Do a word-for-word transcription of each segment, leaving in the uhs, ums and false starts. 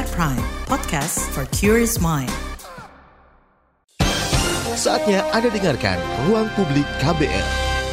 K Prime, podcast for curious mind. Saatnya Anda dengarkan Ruang Publik K B R.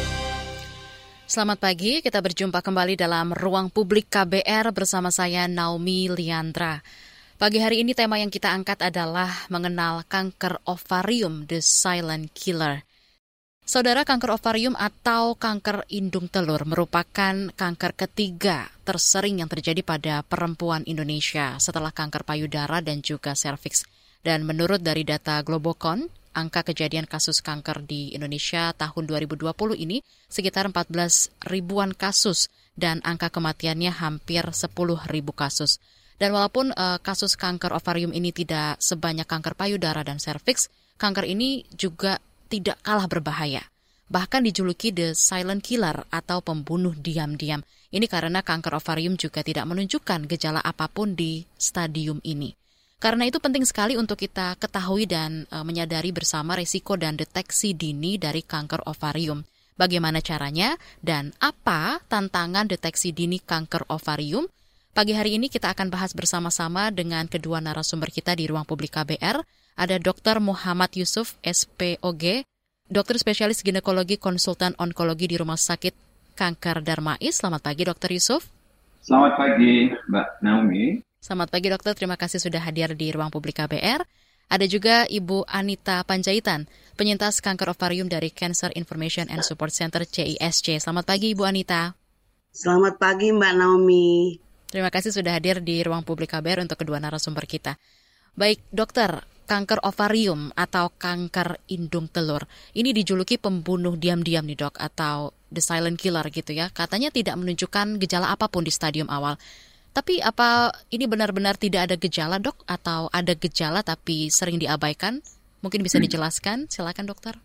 Selamat pagi, kita berjumpa kembali dalam Ruang Publik K B R bersama saya Naomi Liandra. Pagi hari ini tema yang kita angkat adalah mengenal kanker ovarium, the silent killer. Saudara, kanker ovarium atau kanker indung telur merupakan kanker ketiga tersering yang terjadi pada perempuan Indonesia setelah kanker payudara dan juga serviks. Dan menurut dari data Globocon, angka kejadian kasus kanker di Indonesia tahun dua ribu dua puluh ini sekitar empat belas ribuan kasus dan angka kematiannya hampir sepuluh ribu kasus. Dan walaupun uh, kasus kanker ovarium ini tidak sebanyak kanker payudara dan serviks, kanker ini juga tidak kalah berbahaya. Bahkan dijuluki the silent killer atau pembunuh diam-diam. Ini karena kanker ovarium juga tidak menunjukkan gejala apapun di stadium ini. Karena itu penting sekali untuk kita ketahui dan e, menyadari bersama risiko dan deteksi dini dari kanker ovarium. Bagaimana caranya dan apa tantangan deteksi dini kanker ovarium? Pagi hari ini kita akan bahas bersama-sama dengan kedua narasumber kita di Ruang Publik K B R. Ada dokter Muhammad Yusuf, S P O G, dokter spesialis ginekologi konsultan onkologi di Rumah Sakit Kanker Darmais. Selamat pagi, dokter Yusuf. Selamat pagi, Mbak Naomi. Selamat pagi, dokter. Terima kasih sudah hadir di Ruang Publik K B R. Ada juga Ibu Anita Panjaitan, penyintas kanker ovarium dari Cancer Information and Support Center C I S C. Selamat pagi, Ibu Anita. Selamat pagi, Mbak Naomi. Terima kasih sudah hadir di Ruang Publik K B R untuk kedua narasumber kita. Baik, dokter, kanker ovarium atau kanker indung telur, ini dijuluki pembunuh diam-diam nih dok, atau the silent killer gitu ya. Katanya tidak menunjukkan gejala apapun di stadium awal. Tapi apa ini benar-benar tidak ada gejala dok, atau ada gejala tapi sering diabaikan? Mungkin bisa dijelaskan, silakan dokter.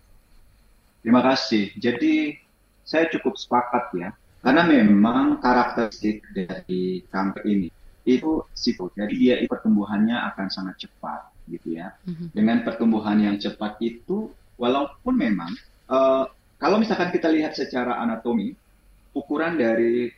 Terima kasih. Jadi saya cukup sepakat ya, karena memang karakteristik dari kanker ini itu situ, jadi dia pertumbuhannya akan sangat cepat, gitu ya. Mm-hmm. Dengan pertumbuhan yang cepat itu, walaupun memang uh, kalau misalkan kita lihat secara anatomi, ukuran dari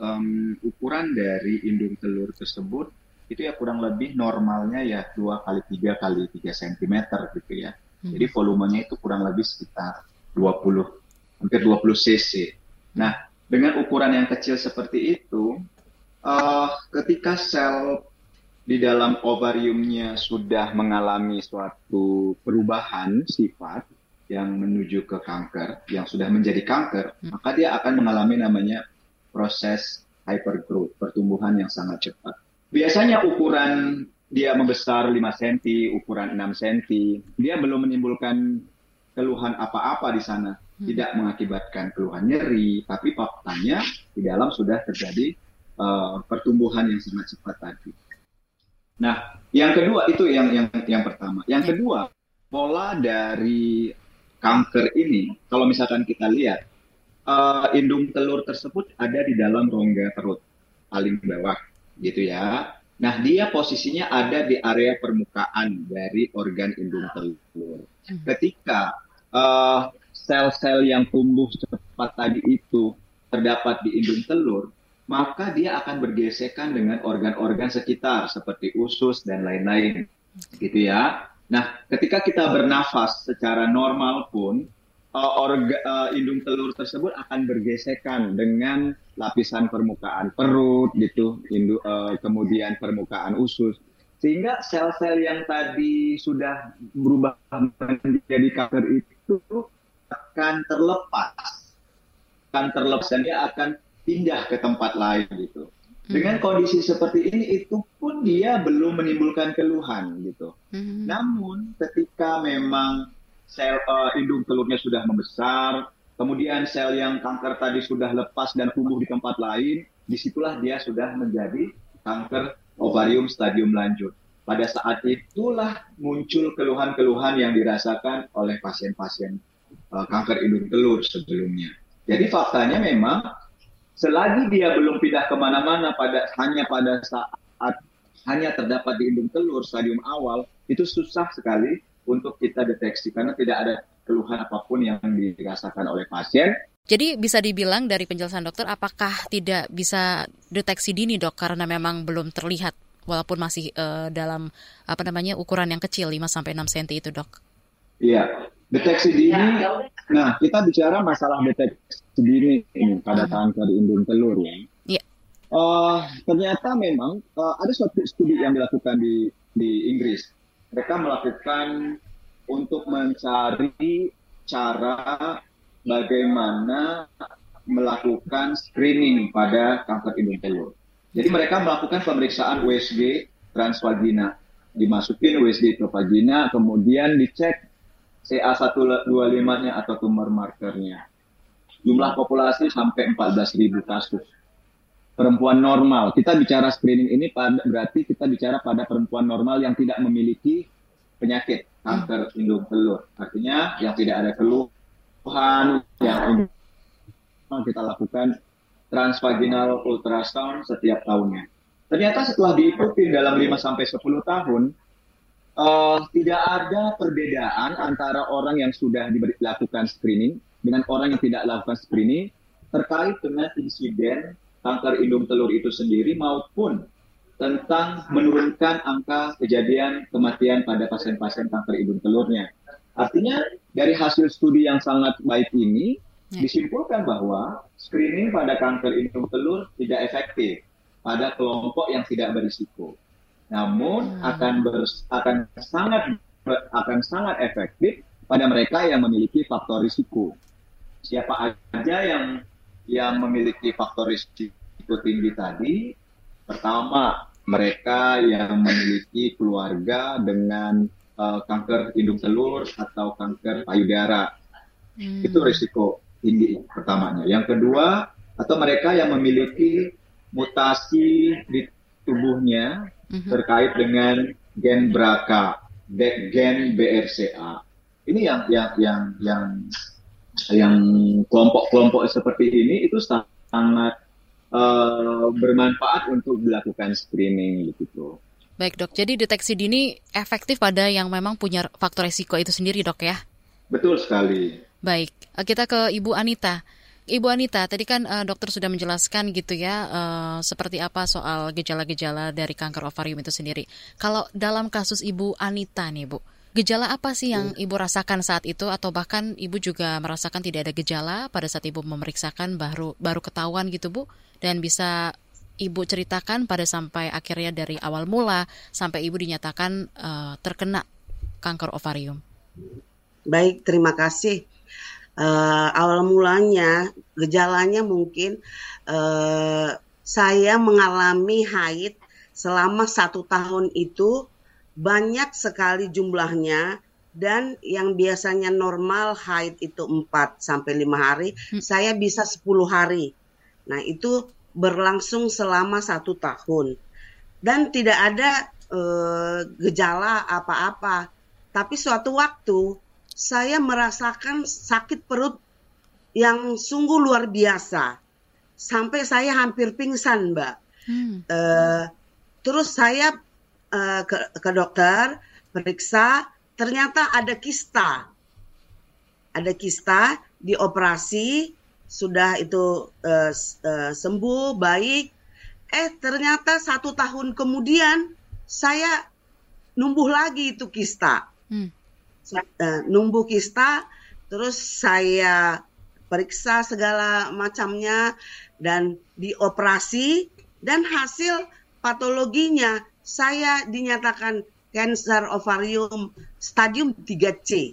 um, ukuran dari indung telur tersebut itu ya kurang lebih normalnya ya dua kali tiga kali tiga sentimeter gitu ya. Mm-hmm. Jadi volumenya itu kurang lebih sekitar dua puluh, hampir dua puluh cc. Nah, dengan ukuran yang kecil seperti itu, Uh, ketika sel di dalam ovariumnya sudah mengalami suatu perubahan sifat yang menuju ke kanker, yang sudah menjadi kanker, hmm. maka dia akan mengalami namanya proses hypergrowth, pertumbuhan yang sangat cepat. Biasanya ukuran dia membesar lima sentimeter, ukuran enam sentimeter, dia belum menimbulkan keluhan apa-apa di sana, hmm. tidak mengakibatkan keluhan nyeri, tapi faktanya di dalam sudah terjadi Uh, pertumbuhan yang sangat cepat tadi. Nah, yang kedua itu yang yang yang pertama. Yang kedua, pola dari kanker ini, kalau misalkan kita lihat, uh, indung telur tersebut ada di dalam rongga perut paling bawah, gitu ya. Nah, dia posisinya ada di area permukaan dari organ indung telur. Ketika uh, sel-sel yang tumbuh cepat tadi itu terdapat di indung telur, maka dia akan bergesekan dengan organ-organ sekitar seperti usus dan lain-lain, gitu ya. Nah, ketika kita bernafas secara normal pun, uh, orga, uh, indung telur tersebut akan bergesekan dengan lapisan permukaan perut, gitu, indu, uh, kemudian permukaan usus, sehingga sel-sel yang tadi sudah berubah menjadi kanker itu akan terlepas, akan terlepas dan dia akan pindah ke tempat lain gitu. Dengan kondisi seperti ini itu pun dia belum menimbulkan keluhan gitu. Mm-hmm. Namun ketika memang sel uh, indung telurnya sudah membesar, kemudian sel yang kanker tadi sudah lepas dan tumbuh di tempat lain, disitulah dia sudah menjadi kanker ovarium stadium lanjut. Pada saat itulah muncul keluhan-keluhan yang dirasakan oleh pasien-pasien uh, kanker indung telur sebelumnya. Jadi faktanya memang selagi dia belum pindah kemana-mana pada hanya pada saat hanya terdapat di indung telur stadium awal, itu susah sekali untuk kita deteksi karena tidak ada keluhan apapun yang dirasakan oleh pasien. Jadi bisa dibilang dari penjelasan dokter, apakah tidak bisa deteksi dini dok karena memang belum terlihat walaupun masih uh, dalam apa namanya ukuran yang kecil lima sampai enam sentimeter itu, Dok. Iya, deteksi dini. Nah, kita bicara masalah deteksi dini ini pada kanker indung telur ya. Iya. Uh, ternyata memang uh, ada suatu studi yang dilakukan di di Inggris. Mereka melakukan untuk mencari cara bagaimana melakukan screening pada kanker indung telur. Jadi mereka melakukan pemeriksaan U S G transvagina, dimasukin U S G ke vagina, kemudian dicek C A seratus dua puluh lima-nya atau tumor markernya. Jumlah populasi sampai empat belas ribu kasus. Perempuan normal, kita bicara screening ini pada, berarti kita bicara pada perempuan normal yang tidak memiliki penyakit kanker indung telur. Artinya yang tidak ada keluhan, yang kita lakukan transvaginal ultrasound setiap tahunnya. Ternyata setelah diikuti dalam lima sampai sepuluh tahun, uh, tidak ada perbedaan antara orang yang sudah dilakukan screening dengan orang yang tidak lakukan screening terkait dengan insiden kanker indung telur itu sendiri maupun tentang menurunkan angka kejadian kematian pada pasien-pasien kanker indung telurnya. Artinya dari hasil studi yang sangat baik ini, disimpulkan bahwa screening pada kanker indung telur tidak efektif pada kelompok yang tidak berisiko. Namun hmm. akan ber, akan sangat akan sangat efektif pada mereka yang memiliki faktor risiko. Siapa aja yang yang memiliki faktor risiko tinggi tadi? Pertama, mereka yang memiliki keluarga dengan uh, kanker indung telur atau kanker payudara. Hmm. Itu risiko tinggi pertamanya. Yang kedua, atau mereka yang memiliki mutasi di tubuhnya mm-hmm. terkait dengan gen B R C A, gen B R C A. Ini yang yang yang yang yang kelompok-kelompok seperti ini itu sangat uh, bermanfaat untuk dilakukan screening gitu. Baik, Dok. Jadi deteksi dini efektif pada yang memang punya faktor risiko itu sendiri, Dok ya? Betul sekali. Baik, kita ke Ibu Anita. Ibu Anita, tadi kan uh, dokter sudah menjelaskan gitu ya, uh, seperti apa soal gejala-gejala dari kanker ovarium itu sendiri. Kalau dalam kasus Ibu Anita nih, Bu, gejala apa sih yang Ibu rasakan saat itu, atau bahkan Ibu juga merasakan tidak ada gejala pada saat Ibu memeriksakan baru baru ketahuan gitu, Bu, dan bisa Ibu ceritakan pada sampai akhirnya dari awal mula sampai Ibu dinyatakan uh, terkena kanker ovarium. Baik, terima kasih. Uh, awal mulanya, gejalanya mungkin uh, saya mengalami haid selama satu tahun itu banyak sekali jumlahnya, dan yang biasanya normal haid itu empat sampai lima hari, hmm. saya bisa sepuluh hari. Nah, itu berlangsung selama satu tahun. Dan tidak ada uh, gejala apa-apa. Tapi suatu waktu, saya merasakan sakit perut yang sungguh luar biasa. Sampai saya hampir pingsan, Mbak. Hmm. Uh, terus saya uh, ke, ke dokter, periksa, ternyata ada kista. Ada kista, dioperasi, sudah itu uh, uh, sembuh, baik. Eh, ternyata satu tahun kemudian, saya numbuh lagi itu kista. Hmm. Uh, numbuh kista, terus saya periksa segala macamnya dan dioperasi, dan hasil patologinya saya dinyatakan kanker ovarium stadium tiga C.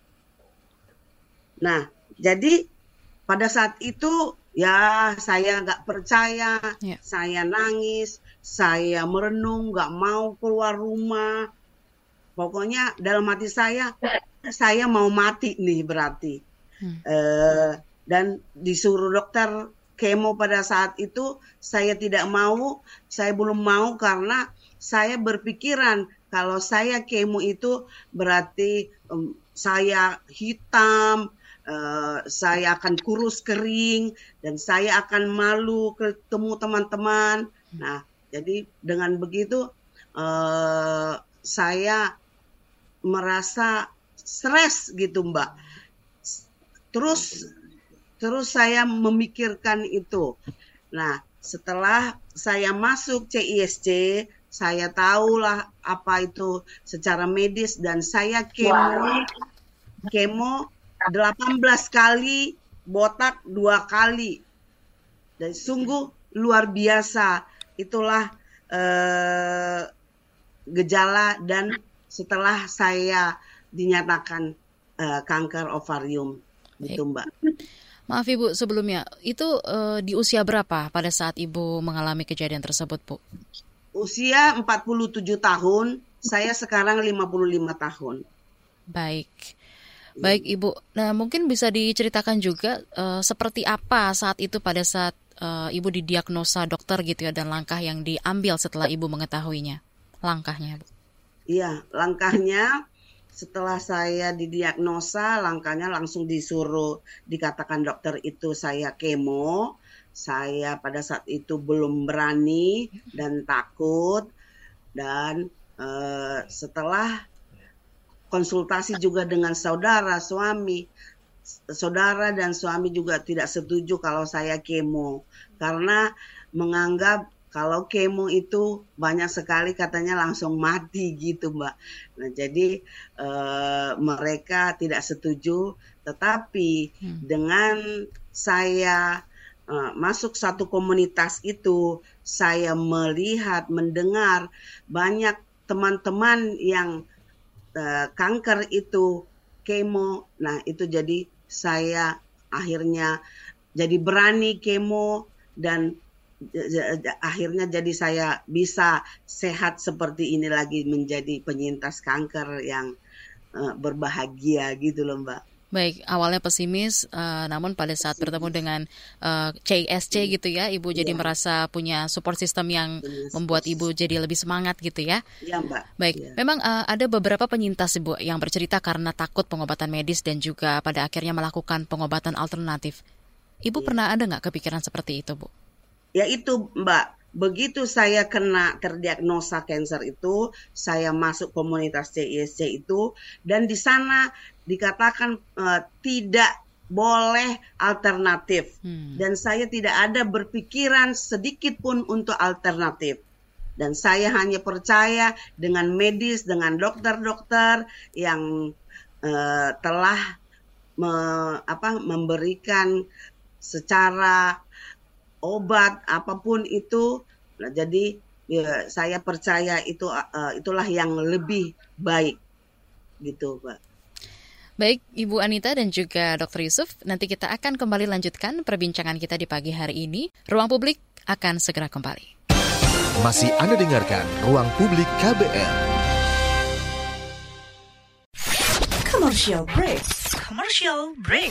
Nah, jadi pada saat itu ya saya nggak percaya, yeah. saya nangis, saya merenung, nggak mau keluar rumah. Pokoknya dalam hati saya, saya mau mati nih berarti. Hmm. E, dan disuruh dokter kemo pada saat itu, saya tidak mau, saya belum mau karena saya berpikiran kalau saya kemo itu berarti um, saya hitam, uh, saya akan kurus kering, dan saya akan malu ketemu teman-teman. Nah, jadi dengan begitu uh, saya merasa stres gitu, Mbak. Terus terus saya memikirkan itu. Nah, setelah saya masuk C I S C, saya tahulah apa itu secara medis dan saya kemo kemo delapan belas kali, botak dua kali. Dan sungguh luar biasa. Itulah eh, gejala dan setelah saya dinyatakan eh, kanker ovarium gitu, Mbak. Maaf Ibu, sebelumnya itu uh, di usia berapa pada saat Ibu mengalami kejadian tersebut, Bu? Usia empat puluh tujuh tahun, saya sekarang lima puluh lima tahun. Baik. Baik Ibu, nah mungkin bisa diceritakan juga uh, seperti apa saat itu pada saat uh, Ibu didiagnosa dokter gitu ya, dan langkah yang diambil setelah Ibu mengetahuinya. Langkahnya, Bu. Iya, langkahnya setelah saya didiagnosa, langkahnya langsung disuruh, dikatakan dokter itu saya kemo. Saya pada saat itu belum berani dan takut. Dan eh, setelah konsultasi juga dengan saudara, suami, saudara dan suami juga tidak setuju kalau saya kemo. Karena menganggap kalau kemo itu banyak sekali katanya langsung mati gitu, Mbak. Nah, jadi e, mereka tidak setuju. Tetapi hmm. dengan saya e, masuk satu komunitas itu, saya melihat, mendengar banyak teman-teman yang e, kanker itu kemo. Nah, itu jadi saya akhirnya jadi berani kemo dan akhirnya jadi saya bisa sehat seperti ini lagi, menjadi penyintas kanker yang uh, berbahagia gitu loh, Mbak. Baik, awalnya pesimis, uh, namun pada saat pesimis. bertemu dengan uh, C I S C gitu ya, Ibu jadi ya. merasa punya support system yang Benar, membuat Ibu jadi lebih semangat gitu ya. Iya, Mbak. Baik, ya. Memang uh, ada beberapa penyintas Ibu yang bercerita karena takut pengobatan medis dan juga pada akhirnya melakukan pengobatan alternatif. Ibu ya. pernah ada nggak kepikiran seperti itu, Bu? Ya itu, Mbak, begitu saya kena terdiagnosa kanker itu, saya masuk komunitas C I S C itu, dan di sana dikatakan uh, tidak boleh alternatif. Hmm. Dan saya tidak ada berpikiran sedikit pun untuk alternatif. Dan saya hanya percaya dengan medis, dengan dokter-dokter yang uh, telah me, apa, memberikan secara obat apapun itu. Nah, jadi ya, saya percaya itu uh, itulah yang lebih baik gitu, Pak. Baik, Ibu Anita dan juga Dokter Yusuf, nanti kita akan kembali lanjutkan perbincangan kita di pagi hari ini. Ruang Publik akan segera kembali. Masih Anda dengarkan Ruang Publik K B R. Commercial break. Commercial break.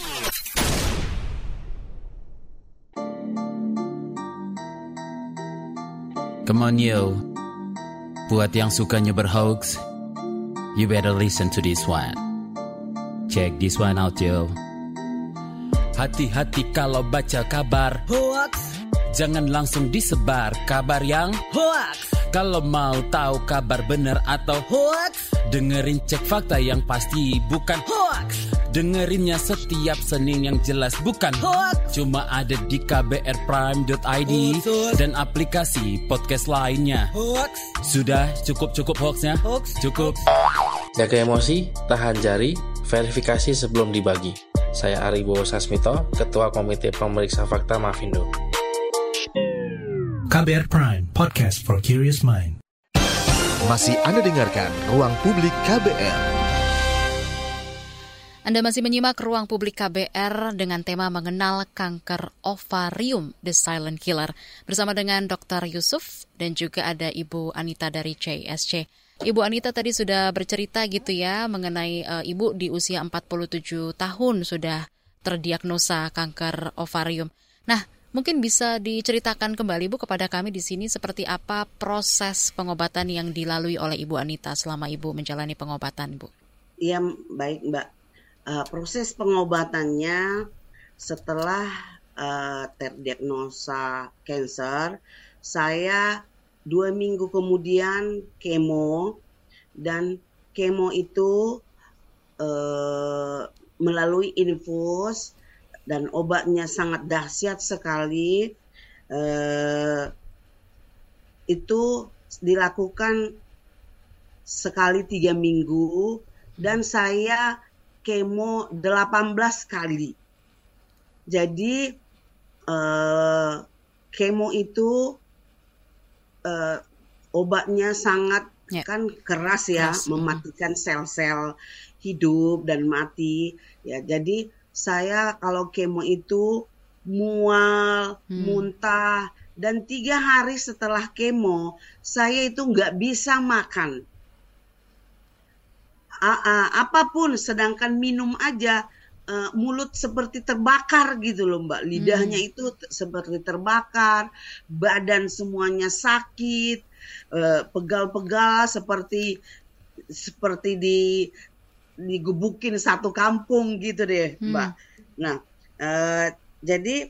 Come on yo, buat yang sukanya berhoax, you better listen to this one. Check this one out yo. Hati-hati kalau baca kabar hoax, jangan langsung disebar kabar yang hoax. Kalau mau tahu kabar benar atau hoax, dengerin cek fakta yang pasti bukan hoax. Dengerinnya setiap Senin yang jelas bukan hoax. Cuma ada di k b r prime dot i d hoax. Dan aplikasi podcast lainnya. Hoax. Sudah cukup-cukup hoaxnya? Hoax. Cukup. Jaga emosi, tahan jari, verifikasi sebelum dibagi. Saya Aribo Sasmito, Ketua Komite Pemeriksa Fakta Mafindo. K B R Prime, podcast for curious mind. Masih Anda dengarkan Ruang Publik K B R. Anda masih menyimak Ruang Publik K B R dengan tema mengenal kanker ovarium, The Silent Killer. Bersama dengan Dokter Yusuf dan juga ada Ibu Anita dari C I S C. Ibu Anita tadi sudah bercerita gitu ya mengenai uh, Ibu di usia empat puluh tujuh tahun sudah terdiagnosa kanker ovarium. Nah, mungkin bisa diceritakan kembali Bu kepada kami di sini seperti apa proses pengobatan yang dilalui oleh Ibu Anita selama Ibu menjalani pengobatan, Bu. Iya, baik Mbak. Uh, proses pengobatannya setelah uh, terdiagnosa kanker, saya dua minggu kemudian kemo, dan kemo itu uh, melalui infus dan obatnya sangat dahsyat sekali. Uh, itu dilakukan sekali tiga minggu dan saya kemo delapan belas kali. Jadi eh, kemo itu eh, obatnya sangat yeah. kan keras ya, yes. mematikan sel-sel hidup dan mati. Ya, jadi saya kalau kemo itu mual, hmm. muntah, dan tiga hari setelah kemo saya itu nggak bisa makan. A- a- apapun, sedangkan minum aja uh, mulut seperti terbakar gitu loh Mbak, lidahnya hmm. itu t- seperti terbakar, badan semuanya sakit, uh, pegal-pegal seperti seperti di digebukin satu kampung gitu deh Mbak. Hmm. Nah uh, jadi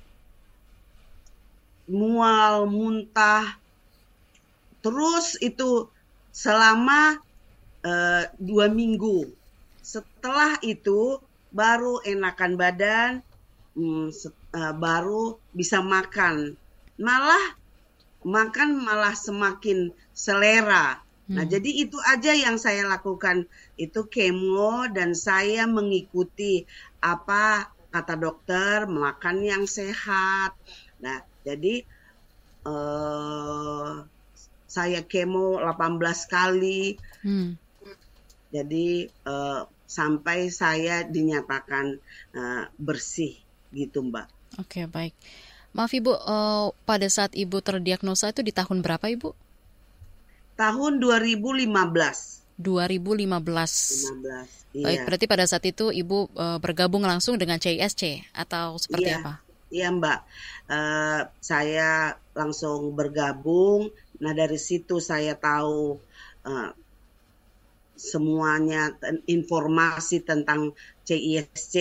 mual, muntah, terus itu selama Uh, dua minggu. Setelah itu baru enakan badan, hmm, set, uh, baru bisa makan. Malah makan malah semakin selera. Hmm. Nah, jadi itu aja yang saya lakukan, itu kemo, dan saya mengikuti apa kata dokter, makan yang sehat. Nah, jadi uh, saya kemo delapan belas kali. Hmm. Jadi uh, sampai saya dinyatakan uh, bersih gitu Mbak. Oke, baik. Maaf Ibu, uh, pada saat Ibu terdiagnosa itu di tahun berapa Ibu? Tahun dua ribu lima belas. dua ribu lima belas. lima belas, iya. Baik, berarti pada saat itu Ibu uh, bergabung langsung dengan C I S C atau seperti iya, apa? Iya Mbak, uh, saya langsung bergabung. Nah dari situ saya tahu uh, semuanya informasi tentang C I S C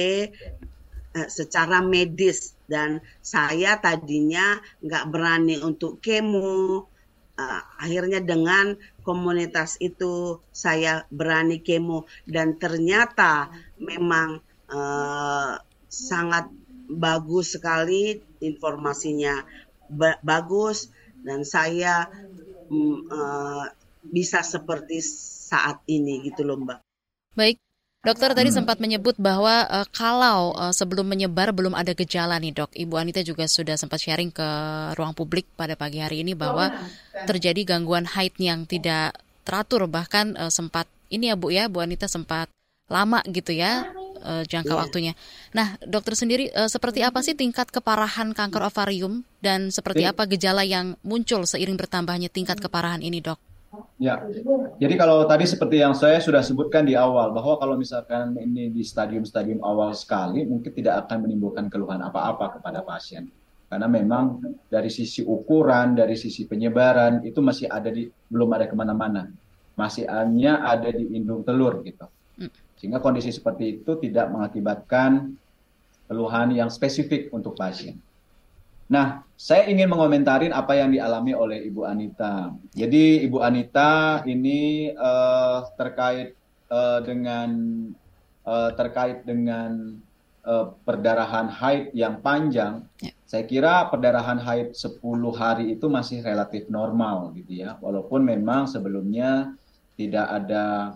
eh, secara medis, dan saya tadinya nggak berani untuk kemo. Uh, akhirnya dengan komunitas itu saya berani kemo, dan ternyata memang uh, sangat bagus sekali informasinya, ba- bagus, dan saya um, uh, bisa seperti saat ini gitu loh Mbak. Baik, dokter tadi hmm. sempat menyebut bahwa uh, kalau uh, sebelum menyebar belum ada gejala nih dok. Ibu Anita juga sudah sempat sharing ke ruang publik pada pagi hari ini bahwa terjadi gangguan haid yang tidak teratur, bahkan uh, sempat ini ya Bu ya, Bu Anita sempat lama gitu ya uh, jangka yeah. waktunya. Nah dokter sendiri uh, seperti apa sih tingkat keparahan kanker ovarium, dan seperti apa gejala yang muncul seiring bertambahnya tingkat keparahan ini dok? Ya, jadi kalau tadi seperti yang saya sudah sebutkan di awal, bahwa kalau misalkan ini di stadium-stadium awal sekali, mungkin tidak akan menimbulkan keluhan apa-apa kepada pasien. Karena memang dari sisi ukuran, dari sisi penyebaran, itu masih ada di, belum ada kemana-mana. Masih hanya ada di indung telur gitu. Sehingga kondisi seperti itu tidak mengakibatkan keluhan yang spesifik untuk pasien. Nah, saya ingin mengomentarin apa yang dialami oleh Ibu Anita. Jadi Ibu Anita ini uh, terkait uh, dengan uh, terkait dengan uh, perdarahan haid yang panjang. Ya. Saya kira perdarahan haid sepuluh hari itu masih relatif normal gitu ya. Walaupun memang sebelumnya tidak ada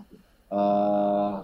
uh,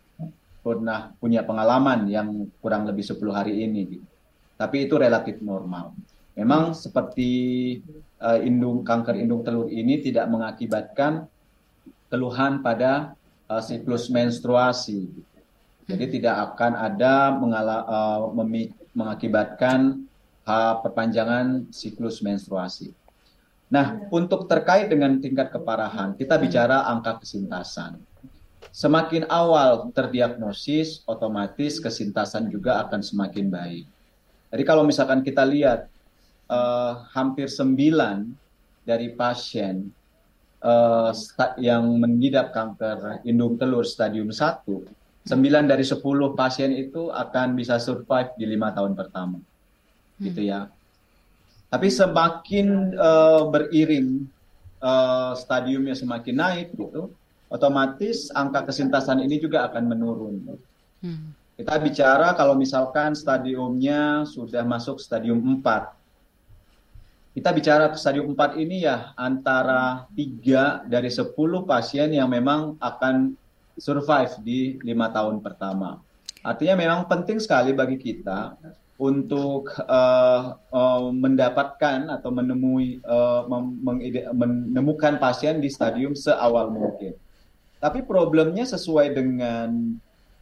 pernah punya pengalaman yang kurang lebih sepuluh hari ini gitu. Tapi itu relatif normal. Memang seperti uh, indung kanker indung telur ini tidak mengakibatkan keluhan pada uh, siklus menstruasi. Jadi tidak akan ada mengala, uh, memi- mengakibatkan uh, perpanjangan siklus menstruasi. Nah, untuk terkait dengan tingkat keparahan, kita bicara angka kesintasan. Semakin awal terdiagnosis, otomatis kesintasan juga akan semakin baik. Jadi kalau misalkan kita lihat uh, hampir sembilan dari pasien uh, sta- yang mengidap kanker indung telur stadium satu, sembilan dari sepuluh pasien itu akan bisa survive di lima tahun pertama. Hmm. Gitu ya. Tapi semakin uh, beriring uh, stadiumnya semakin naik gitu, otomatis angka kesintasan ini juga akan menurun. Hmm. Kita bicara kalau misalkan stadiumnya sudah masuk stadium empat. kita bicara stadium empat ini ya antara tiga dari sepuluh pasien yang memang akan survive di lima tahun pertama. Artinya memang penting sekali bagi kita untuk uh, uh, mendapatkan atau menemui uh, mem- menemukan pasien di stadium seawal mungkin. Tapi problemnya sesuai dengan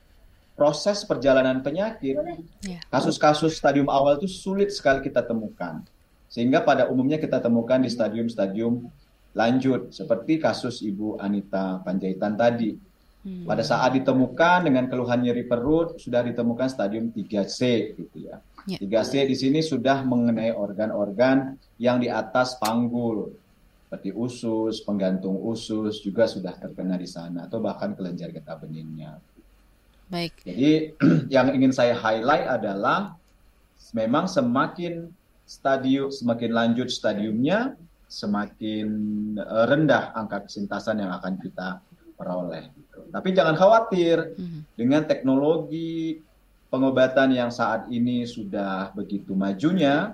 proses perjalanan penyakit, kasus-kasus stadium awal itu sulit sekali kita temukan. Sehingga pada umumnya kita temukan di stadium-stadium lanjut, seperti kasus Ibu Anita Panjaitan tadi. Hmm. Pada saat ditemukan dengan keluhan nyeri perut, sudah ditemukan stadium tiga C gitu ya. Yeah. tiga C di sini sudah mengenai organ-organ yang di atas panggul, seperti usus, penggantung usus juga sudah terkena di sana, atau bahkan kelenjar getah beninnya. Baik. Jadi yang ingin saya highlight adalah memang semakin stadium, semakin lanjut stadiumnya, semakin rendah angka kesintasan yang akan kita peroleh. Tapi jangan khawatir, mm-hmm. dengan teknologi pengobatan yang saat ini sudah begitu majunya,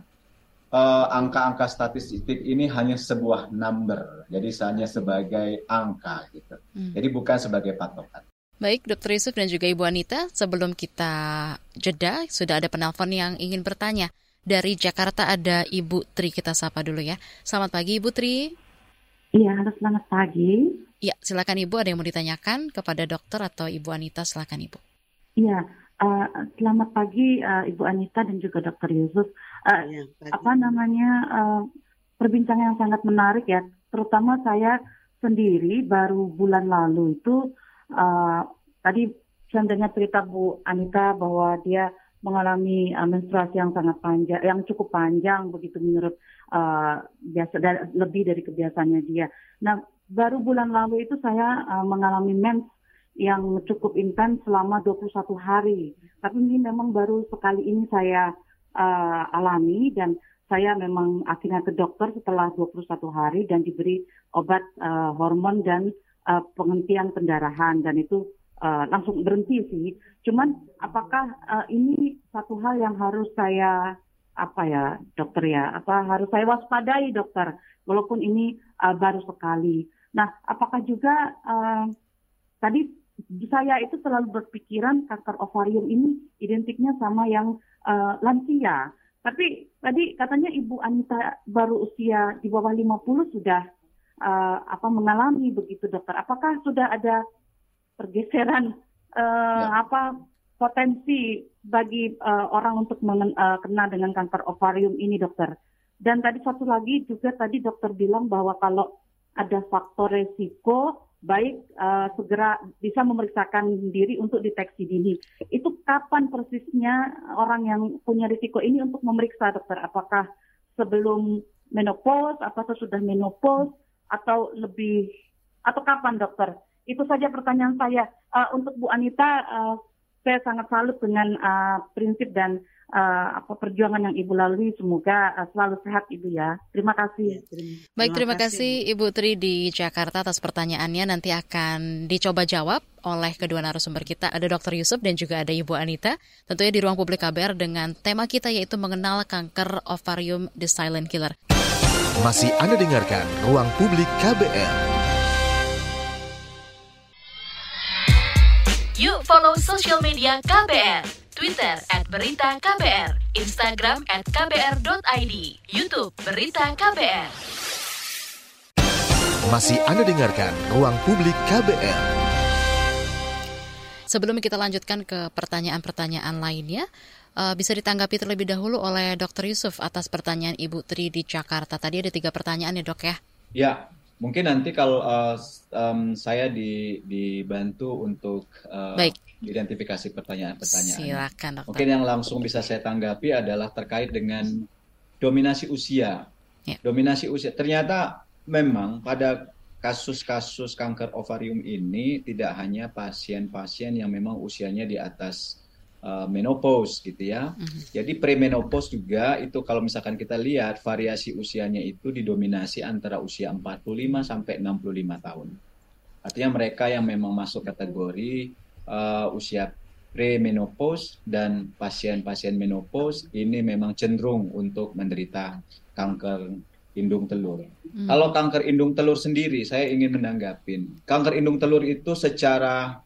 uh, angka-angka statistik ini hanya sebuah number, jadi hanya sebagai angka gitu. Mm. Jadi bukan sebagai patokan. Baik, Dokter Yusuf dan juga Ibu Anita, sebelum kita jeda, sudah ada penelpon yang ingin bertanya. Dari Jakarta ada Ibu Tri, kita sapa dulu ya. Selamat pagi Ibu Tri. Iya, halo, selamat pagi. Ya, silakan Ibu, ada yang mau ditanyakan kepada dokter atau Ibu Anita, silakan Ibu. Iya, uh, selamat pagi uh, Ibu Anita dan juga Dokter Yusuf. Uh, ya, apa namanya, uh, perbincangan yang sangat menarik ya, terutama saya sendiri baru bulan lalu itu, uh, tadi saya dengar cerita Bu Anita bahwa dia mengalami uh, menstruasi yang sangat panjang, yang cukup panjang begitu menurut uh, biasa da- lebih dari kebiasaannya dia. Nah, baru bulan lalu itu saya uh, mengalami mens yang cukup intens selama dua puluh satu hari. Tapi ini memang baru sekali ini saya uh, alami dan saya memang akhirnya ke dokter setelah dua puluh satu hari dan diberi obat uh, hormon dan uh, penghentian pendarahan, dan itu Uh, langsung berhenti sih. Cuman apakah uh, ini satu hal yang harus saya apa ya dokter ya? Apa harus saya waspadai dokter? Walaupun ini uh, baru sekali. Nah, apakah juga uh, tadi saya itu selalu berpikiran kanker ovarium ini identiknya sama yang uh, lansia. Tapi tadi katanya Ibu Anita baru usia di bawah lima puluh sudah uh, apa mengalami begitu dokter? Apakah sudah ada pergeseran uh, ya. apa potensi bagi uh, orang untuk mengen, uh, kena dengan kanker ovarium ini dokter? Dan tadi satu lagi juga tadi dokter bilang bahwa kalau ada faktor resiko baik uh, segera bisa memeriksakan diri untuk deteksi dini. Itu kapan persisnya orang yang punya risiko ini untuk memeriksa dokter? Apakah sebelum menopause, apakah sudah menopause, atau lebih, atau kapan dokter? Itu saja pertanyaan saya. Uh, untuk Bu Anita, uh, saya sangat salut dengan uh, prinsip dan uh, apa perjuangan yang Ibu lalui. Semoga uh, selalu sehat Ibu ya. Terima kasih. Terima, Baik, terima kasih Ibu Tri di Jakarta atas pertanyaannya. Nanti akan dicoba jawab oleh kedua narasumber kita. Ada Dokter Yusuf dan juga ada Ibu Anita. Tentunya di Ruang Publik K B R dengan tema kita yaitu mengenal kanker ovarium, the silent killer. Masih Anda dengarkan Ruang Publik K B R. Yuk follow sosial media K B R, Twitter at Berita K B R, Instagram at k b r dot i d, YouTube Berita K B R. Masih Anda dengarkan Ruang Publik K B R. Sebelum kita lanjutkan ke pertanyaan-pertanyaan lainnya, uh, bisa ditanggapi terlebih dahulu oleh Dokter Yusuf atas pertanyaan Ibu Tri di Jakarta. Tadi ada tiga pertanyaan ya dok ya? Ya. Mungkin nanti kalau uh, um, saya di, dibantu untuk uh, identifikasi pertanyaan-pertanyaan. Silakan, dokter. Mungkin yang langsung bisa saya tanggapi adalah terkait dengan dominasi usia. Ya. Dominasi usia. Ternyata memang pada kasus-kasus kanker ovarium ini tidak hanya pasien-pasien yang memang usianya di atas uh, menopause gitu ya. Uh-huh. Jadi premenopause juga itu kalau misalkan kita lihat variasi usianya itu didominasi antara usia empat puluh lima sampai enam puluh lima tahun. Artinya mereka yang memang masuk kategori uh, usia premenopause dan pasien-pasien menopause ini memang cenderung untuk menderita kanker indung telur. Hmm. Kalau kanker indung telur sendiri, saya ingin menanggapin. Kanker indung telur itu secara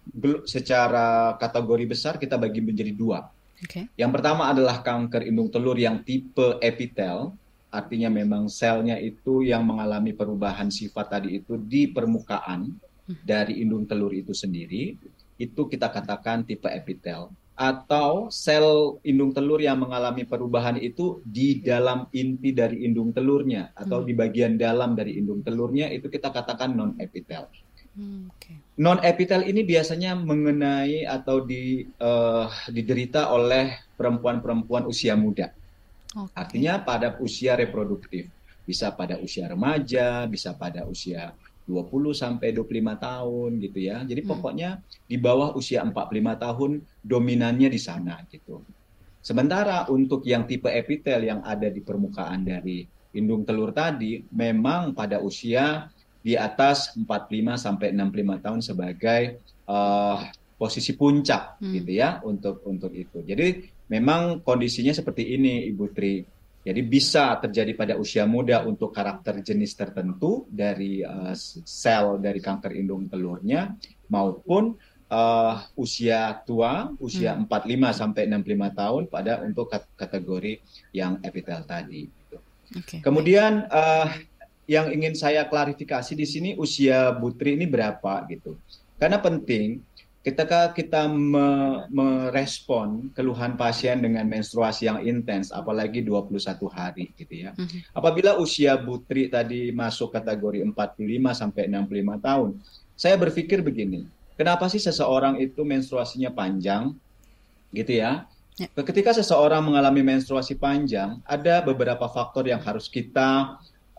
secara kategori besar kita bagi menjadi dua. Okay. Yang pertama adalah kanker indung telur yang tipe epitel, artinya memang selnya itu yang mengalami perubahan sifat tadi itu di permukaan hmm. dari indung telur itu sendiri. Itu kita katakan tipe epitel. Atau sel indung telur yang mengalami perubahan itu di dalam inti dari indung telurnya atau hmm. di bagian dalam dari indung telurnya itu kita katakan non-epitel. Hmm, okay. Non-epitel ini biasanya mengenai atau di, uh, diderita oleh perempuan-perempuan usia muda. Okay. Artinya pada usia reproduktif. Bisa pada usia remaja, bisa pada usia dua puluh sampai dua puluh lima tahun gitu ya. Jadi hmm. pokoknya di bawah usia empat puluh lima tahun dominannya di sana gitu. Sementara untuk yang tipe epitel yang ada di permukaan dari indung telur tadi memang pada usia di atas empat puluh lima sampai enam puluh lima tahun sebagai uh, posisi puncak hmm. gitu ya untuk untuk itu. Jadi memang kondisinya seperti ini Ibu Tri. Jadi bisa terjadi pada usia muda untuk karakter jenis tertentu dari uh, sel dari kanker indung telurnya maupun uh, usia tua, usia hmm. empat puluh lima sampai enam puluh lima tahun pada untuk kategori yang epitel tadi. Gitu. Okay. Kemudian uh, yang ingin saya klarifikasi di sini usia Bu Tri ini berapa gitu. Karena penting ketika kita me- merespon keluhan pasien dengan menstruasi yang intens, apalagi dua puluh satu hari gitu ya. Mm-hmm. Apabila usia Bu Tri tadi masuk kategori empat puluh lima sampai enam puluh lima tahun, saya berpikir begini, kenapa sih seseorang itu menstruasinya panjang gitu ya? Yeah. Ketika seseorang mengalami menstruasi panjang, ada beberapa faktor yang harus kita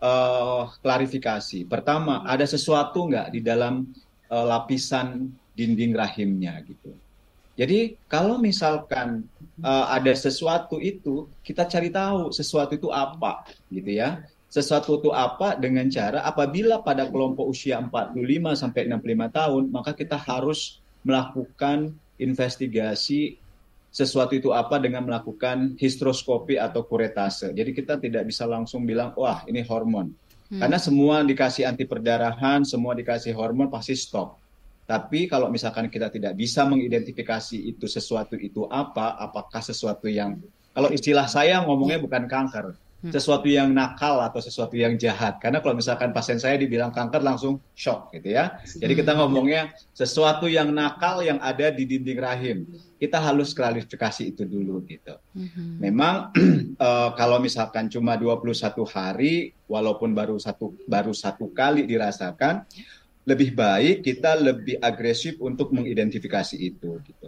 uh, klarifikasi. Pertama, ada sesuatu nggak di dalam uh, lapisan dinding rahimnya gitu. Jadi kalau misalkan uh, ada sesuatu itu, kita cari tahu sesuatu itu apa gitu ya. Sesuatu itu apa dengan cara apabila pada kelompok usia empat puluh lima sampai enam puluh lima tahun, maka kita harus melakukan investigasi sesuatu itu apa dengan melakukan histeroskopi atau kuretase. Jadi kita tidak bisa langsung bilang, wah ini hormon. Hmm. Karena semua dikasih anti perdarahan, semua dikasih hormon pasti stop. Tapi kalau misalkan kita tidak bisa mengidentifikasi itu sesuatu itu apa, apakah sesuatu yang, kalau istilah saya ngomongnya bukan kanker, sesuatu yang nakal atau sesuatu yang jahat. Karena kalau misalkan pasien saya dibilang kanker langsung shock gitu ya. Jadi kita ngomongnya sesuatu yang nakal yang ada di dinding rahim. Kita harus klarifikasi itu dulu gitu. Mm-hmm. Memang uh, kalau misalkan cuma dua puluh satu hari, walaupun baru satu baru satu kali dirasakan, lebih baik kita lebih agresif untuk mengidentifikasi itu gitu.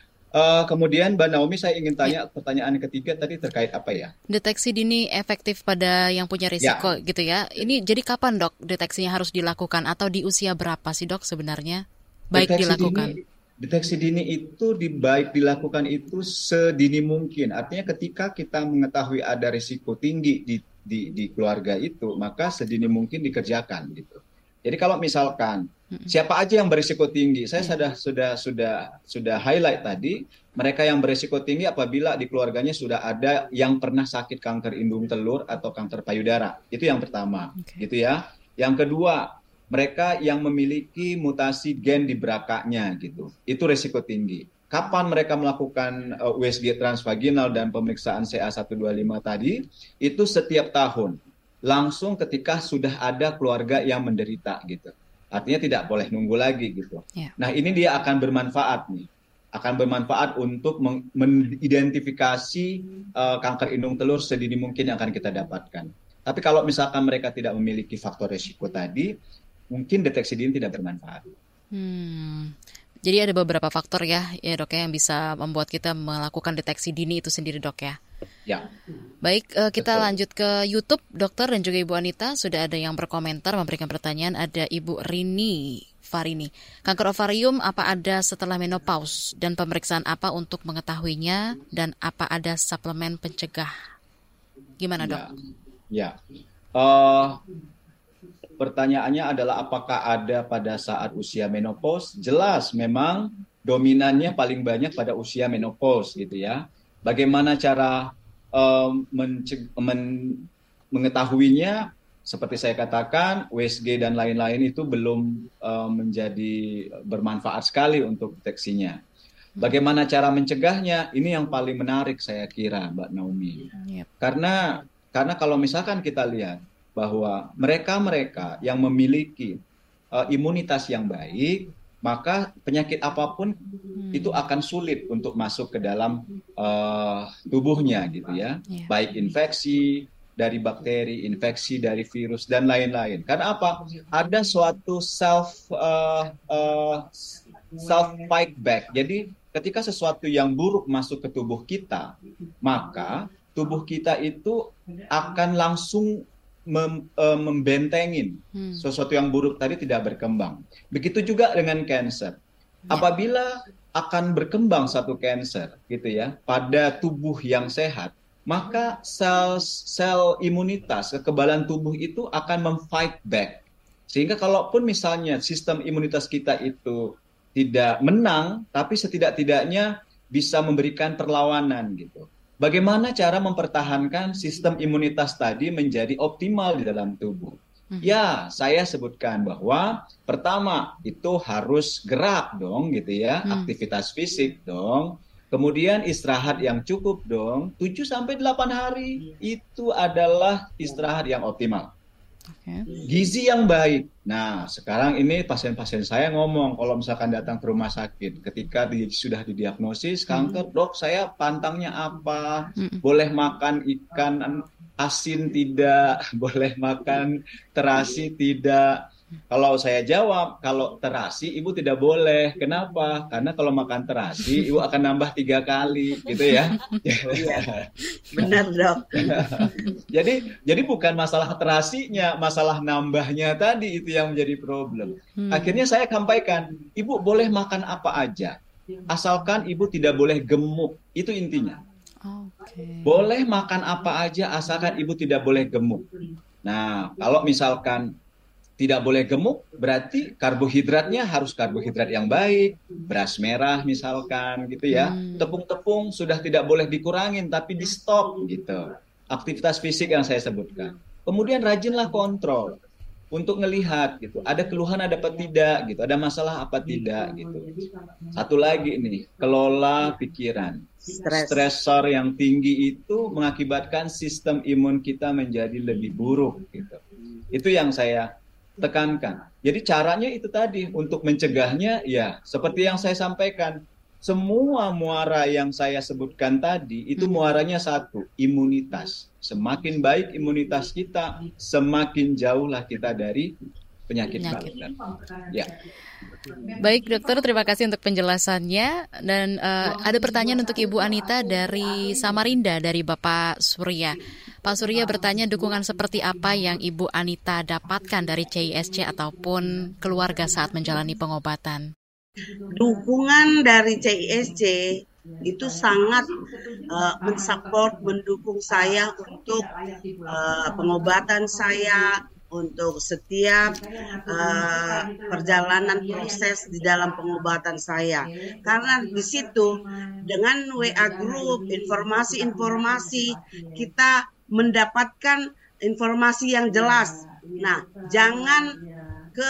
Uh, kemudian Mbak Naomi, saya ingin tanya ya. Pertanyaan ketiga tadi terkait apa ya? Deteksi dini efektif pada yang punya risiko ya. Gitu ya. Ini jadi kapan dok deteksinya harus dilakukan atau di usia berapa sih dok sebenarnya baik deteksi dilakukan? Dini, deteksi dini itu di, baik dilakukan itu sedini mungkin. Artinya ketika kita mengetahui ada risiko tinggi di, di, di keluarga itu, maka sedini mungkin dikerjakan gitu. Jadi kalau misalkan siapa aja yang berisiko tinggi, saya sudah sudah sudah sudah highlight tadi, mereka yang berisiko tinggi apabila di keluarganya sudah ada yang pernah sakit kanker indung telur atau kanker payudara. Itu yang pertama, okay. Gitu ya. Yang kedua, mereka yang memiliki mutasi gen di B R C A-nya gitu. Itu risiko tinggi. Kapan mereka melakukan uh, U S G transvaginal dan pemeriksaan C A seratus dua puluh lima tadi? Itu setiap tahun. Langsung ketika sudah ada keluarga yang menderita gitu. Artinya tidak boleh nunggu lagi gitu. Yeah. Nah ini dia akan bermanfaat nih. Akan bermanfaat untuk meng- mengidentifikasi uh, kanker indung telur sedini mungkin yang akan kita dapatkan. Tapi kalau misalkan mereka tidak memiliki faktor risiko tadi, mungkin deteksi dini tidak bermanfaat. Hmm. Jadi ada beberapa faktor ya, ya dok ya, yang bisa membuat kita melakukan deteksi dini itu sendiri dok ya. Ya. Baik, uh, kita Betul. lanjut ke YouTube, dokter dan juga Ibu Anita. Sudah ada yang berkomentar, memberikan pertanyaan. Ada Ibu Rini Farini. Kanker ovarium apa ada setelah menopause? Dan pemeriksaan apa untuk mengetahuinya? Dan apa ada suplemen pencegah? Gimana dok? Ya, ya. Uh, pertanyaannya adalah apakah ada pada saat usia menopause? Jelas, memang dominannya paling banyak pada usia menopause gitu ya. Bagaimana cara um, mence- men- mengetahuinya, seperti saya katakan, U S G dan lain-lain itu belum uh, menjadi bermanfaat sekali untuk deteksinya. Bagaimana cara mencegahnya? Ini yang paling menarik saya kira, Mbak Naomi. Yep. Karena karena kalau misalkan kita lihat bahwa mereka-mereka yang memiliki uh, imunitas yang baik, maka penyakit apapun hmm. itu akan sulit untuk masuk ke dalam uh, tubuhnya, gitu ya. Yeah. Baik infeksi dari bakteri, infeksi dari virus dan lain-lain. Karena apa? Ada suatu self uh, uh, self fight back. Jadi ketika sesuatu yang buruk masuk ke tubuh kita, maka tubuh kita itu akan langsung mem, uh, membentengin hmm. sesuatu yang buruk tadi tidak berkembang. Begitu juga dengan kanker. Apabila akan berkembang satu kanker, gitu ya, pada tubuh yang sehat, maka sel sel imunitas, kekebalan tubuh itu akan mem-fight back. Sehingga kalaupun misalnya sistem imunitas kita itu tidak menang, tapi setidak-tidaknya bisa memberikan perlawanan gitu. Bagaimana cara mempertahankan sistem imunitas tadi menjadi optimal di dalam tubuh? Hmm. Ya, saya sebutkan bahwa pertama itu harus gerak dong gitu ya, hmm. aktivitas fisik dong. Kemudian istirahat yang cukup dong, tujuh sampai delapan hari itu adalah istirahat yang optimal. Okay. Gizi yang baik. Nah, sekarang ini pasien-pasien saya ngomong, kalau misalkan datang ke rumah sakit, ketika di, sudah didiagnosis kanker, mm. dok saya pantangnya apa? Mm. Boleh makan ikan asin tidak? Boleh makan terasi tidak? Kalau saya jawab, kalau terasi ibu tidak boleh. Kenapa? Karena kalau makan terasi ibu akan nambah tiga kali, gitu ya. Iya, benar dok. jadi, jadi bukan masalah terasinya, masalah nambahnya tadi itu yang menjadi problem. Hmm. Akhirnya saya sampaikan, ibu boleh makan apa aja, asalkan ibu tidak boleh gemuk. Itu intinya. Okay. Boleh makan apa aja, asalkan ibu tidak boleh gemuk. Nah, kalau misalkan tidak boleh gemuk, berarti karbohidratnya harus karbohidrat yang baik, beras merah misalkan gitu ya. Hmm. Tepung-tepung sudah tidak boleh dikurangin, tapi di stop gitu. Aktivitas fisik yang saya sebutkan. Kemudian rajinlah kontrol untuk ngelihat gitu, ada keluhan ada apa tidak gitu, ada masalah apa tidak gitu. Satu lagi nih, kelola pikiran. Stres. Stresor yang tinggi itu mengakibatkan sistem imun kita menjadi lebih buruk gitu. Itu yang saya tekankan. Jadi caranya itu tadi, untuk mencegahnya ya seperti yang saya sampaikan, semua muara yang saya sebutkan tadi itu muaranya satu, imunitas. Semakin baik imunitas kita, semakin jauhlah kita dari penyakit kanker. Ya. Baik dokter, terima kasih untuk penjelasannya. Dan uh, ada pertanyaan untuk Ibu Anita dari Samarinda, dari Bapak Surya. Pak Surya bertanya, dukungan seperti apa yang Ibu Anita dapatkan dari C I S C ataupun keluarga saat menjalani pengobatan? Dukungan dari C I S C itu sangat uh, mensupport, mendukung saya untuk uh, pengobatan saya, untuk setiap uh, perjalanan proses di dalam pengobatan saya. Karena di situ dengan W A group, informasi-informasi, kita mendapatkan informasi yang jelas. Nah, jangan ke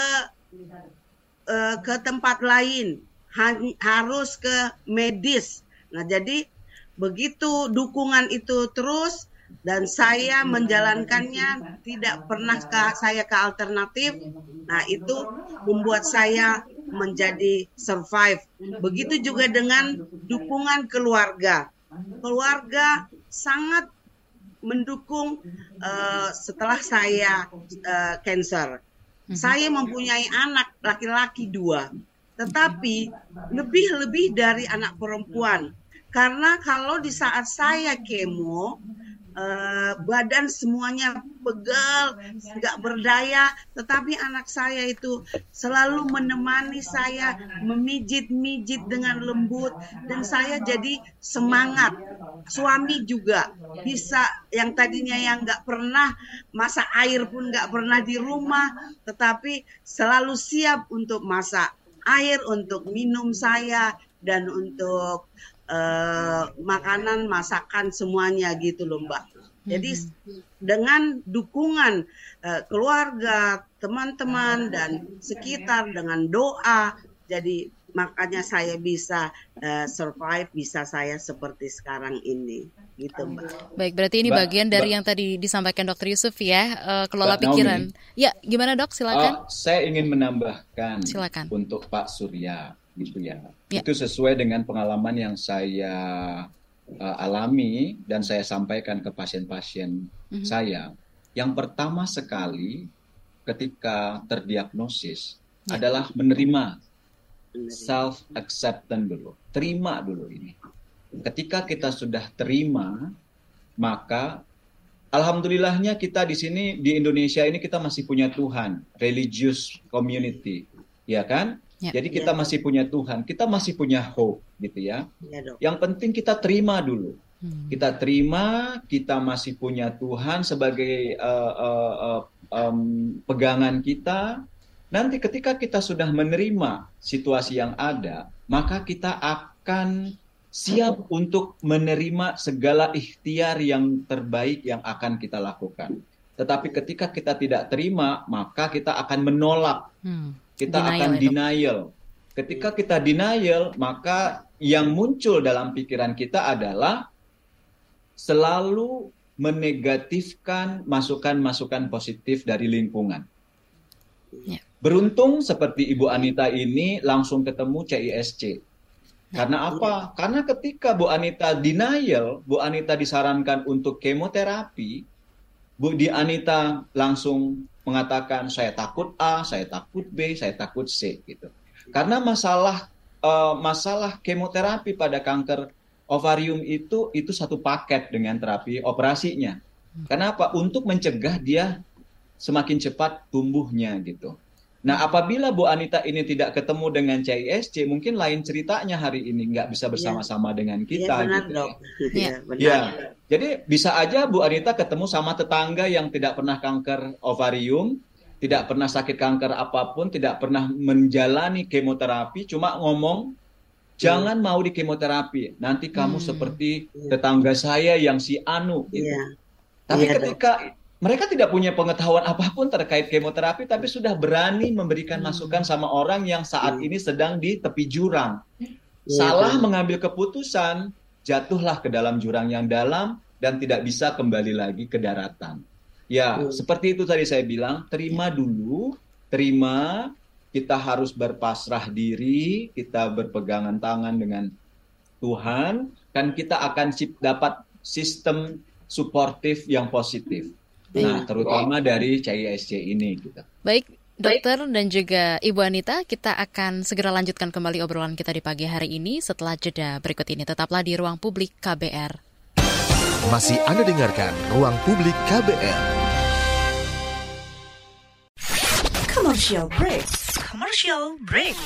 uh, ke tempat lain, ha- harus ke medis. Nah, jadi begitu dukungan itu terus, dan saya menjalankannya, tidak pernah ke, saya ke alternatif. Nah, itu membuat saya menjadi survive. Begitu juga dengan dukungan keluarga. Keluarga sangat mendukung uh, setelah saya uh, cancer. Saya mempunyai anak laki-laki dua, tetapi lebih-lebih dari anak perempuan. Karena kalau di saat saya kemo, Uh, badan semuanya pegal, nggak berdaya, tetapi anak saya itu selalu menemani saya, memijit-mijit dengan lembut, dan saya jadi semangat. Suami juga bisa, yang tadinya yang nggak pernah masak air pun nggak pernah di rumah, tetapi selalu siap untuk masak air, untuk minum saya, dan untuk Uh, makanan, masakan semuanya gitu loh Mbak. Jadi dengan dukungan uh, keluarga, teman-teman dan sekitar, dengan doa, jadi makanya saya bisa uh, survive, bisa saya seperti sekarang ini, gitu Mbak. Baik, berarti ini Mbak, bagian dari Mbak. yang tadi disampaikan Dokter Yusuf ya, uh, kelola Mbak pikiran. Naomi. Ya, gimana Dok? Silakan. Uh, saya ingin menambahkan Silakan. untuk Pak Surya, gitu ya. Ya. Itu sesuai dengan pengalaman yang saya uh, alami dan saya sampaikan ke pasien-pasien mm-hmm. saya. Yang pertama sekali ketika terdiagnosis ya. adalah menerima. Self-acceptance dulu, terima dulu ini. Ketika kita sudah terima, maka alhamdulillahnya kita di sini di Indonesia ini kita masih punya Tuhan, religious community, ya kan? Ya. Jadi kita ya. masih punya Tuhan, kita masih punya hope, gitu ya. ya Yang penting kita terima dulu. Hmm. Kita terima, kita masih punya Tuhan sebagai uh, uh, uh, um, pegangan kita. Nanti ketika kita sudah menerima situasi yang ada, maka kita akan siap untuk menerima segala ikhtiar yang terbaik yang akan kita lakukan. Tetapi ketika kita tidak terima, maka kita akan menolak. Hmm. Kita denial akan itu. denial. Ketika kita denial, maka yang muncul dalam pikiran kita adalah selalu menegatifkan masukan-masukan positif dari lingkungan. Ya. Beruntung seperti Ibu Anita ini langsung ketemu C I S C. Karena apa? Karena ketika Bu Anita denial, Bu Anita disarankan untuk kemoterapi, Bu Di Anita langsung mengatakan saya takut A, saya takut B, saya takut C gitu. Karena masalah uh, masalah kemoterapi pada kanker ovarium itu itu satu paket dengan terapi operasinya. Kenapa? Untuk mencegah dia semakin cepat tumbuhnya gitu. Nah, apabila Bu Anita ini tidak ketemu dengan C I S C, mungkin lain ceritanya hari ini, nggak bisa bersama-sama ya. dengan kita. Ya, benar, gitu. Dok. Ya, benar. Ya, jadi bisa aja Bu Anita ketemu sama tetangga yang tidak pernah kanker ovarium, tidak pernah sakit kanker apapun, tidak pernah menjalani kemoterapi, cuma ngomong, jangan ya. mau di kemoterapi, nanti kamu hmm. seperti ya. tetangga saya yang si Anu. Gitu. Ya. Tapi ya, ketika... Dok. Mereka tidak punya pengetahuan apapun terkait kemoterapi, tapi sudah berani memberikan hmm. masukan sama orang yang saat hmm. ini sedang di tepi jurang. Hmm. Salah hmm. mengambil keputusan, jatuhlah ke dalam jurang yang dalam, dan tidak bisa kembali lagi ke daratan. Ya, hmm. seperti itu tadi saya bilang, terima dulu, terima, kita harus berpasrah diri, kita berpegangan tangan dengan Tuhan, dan kita akan dapat sistem suportif yang positif. Nah, terutama dari C I S C ini. Gitu. Baik, Dokter dan juga Ibu Anita, kita akan segera lanjutkan kembali obrolan kita di pagi hari ini setelah jeda berikut ini. Tetaplah di Ruang Publik K B R. Masih Anda dengarkan Ruang Publik K B R. Commercial break. Commercial break.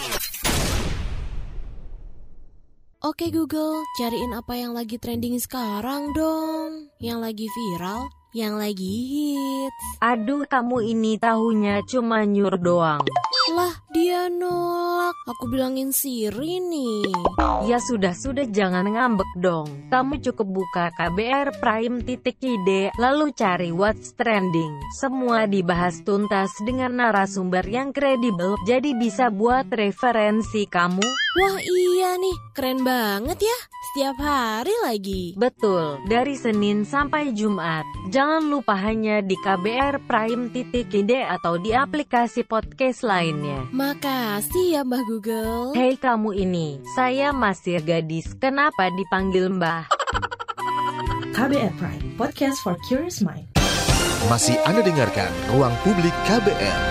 Oke Google, cariin apa yang lagi trending sekarang dong. Yang lagi viral. Yang lagi hits. Aduh, kamu ini tahunya cuma nyur doang. Lah, dia nolak. Aku bilangin Siri nih. Ya sudah-sudah, jangan ngambek dong. Kamu cukup buka K B R Prime titik I D, lalu cari What's Trending. Semua dibahas tuntas dengan narasumber yang kredibel, jadi bisa buat referensi kamu. Wah iya nih, keren banget ya. Setiap hari lagi. Betul, dari Senin sampai Jumat. Jangan lupa hanya di K B R Prime titik I D atau di aplikasi podcast lainnya. Makasih ya Mbah Google. Hei kamu ini, saya masih gadis, kenapa dipanggil Mbah? K B R Prime, podcast for curious mind. Masih Anda dengarkan Ruang Publik K B R.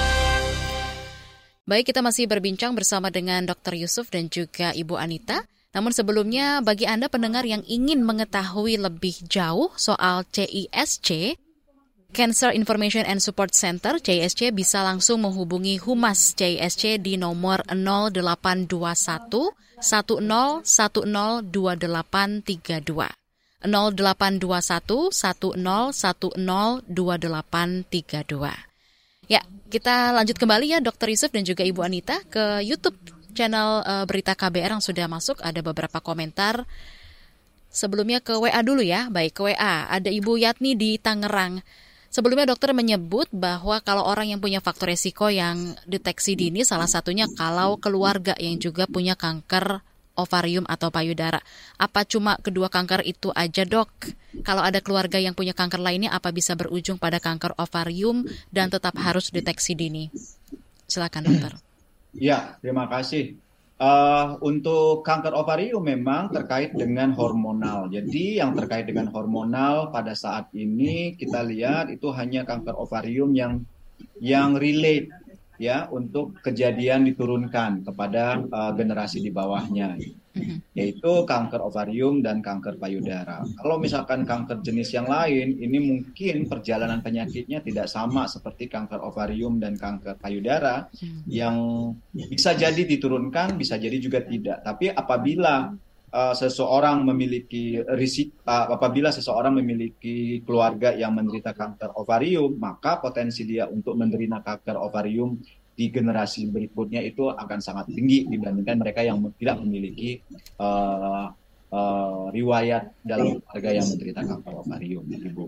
Baik, kita masih berbincang bersama dengan Dokter Yusuf dan juga Ibu Anita. Namun sebelumnya, bagi Anda pendengar yang ingin mengetahui lebih jauh soal C I S C, Cancer Information and Support Center, C I S C, bisa langsung menghubungi Humas C I S C di nomor nol delapan dua satu satu nol satu nol dua delapan tiga dua. nol delapan dua satu satu nol satu nol dua delapan tiga dua. Ya, kita lanjut kembali ya Dokter Yusuf dan juga Ibu Anita ke YouTube channel uh, Berita K B R yang sudah masuk. Ada beberapa komentar Sebelumnya ke W A dulu ya, baik ke W A. Ada Ibu Yatni di Tangerang. Sebelumnya dokter menyebut bahwa kalau orang yang punya faktor resiko yang deteksi dini, salah satunya kalau keluarga yang juga punya kanker ovarium atau payudara. Apa cuma kedua kanker itu aja, Dok? Kalau ada keluarga yang punya kanker lainnya, apa bisa berujung pada kanker ovarium dan tetap harus deteksi dini? Silakan, dokter. Ya, terima kasih. Uh, untuk kanker ovarium memang terkait dengan hormonal. Jadi yang terkait dengan hormonal pada saat ini kita lihat itu hanya kanker ovarium yang yang relate ya untuk kejadian diturunkan kepada uh, generasi di bawahnya, yaitu kanker ovarium dan kanker payudara. Kalau misalkan kanker jenis yang lain, ini mungkin perjalanan penyakitnya tidak sama seperti kanker ovarium dan kanker payudara, yang bisa jadi diturunkan, bisa jadi juga tidak. Tapi apabila uh, seseorang memiliki risiko, uh, apabila seseorang memiliki keluarga yang menderita kanker ovarium, maka potensi dia untuk menderita kanker ovarium di generasi berikutnya itu akan sangat tinggi dibandingkan mereka yang tidak memiliki uh, uh, riwayat dalam keluarga yang menderita kanker ovarium, Ibu.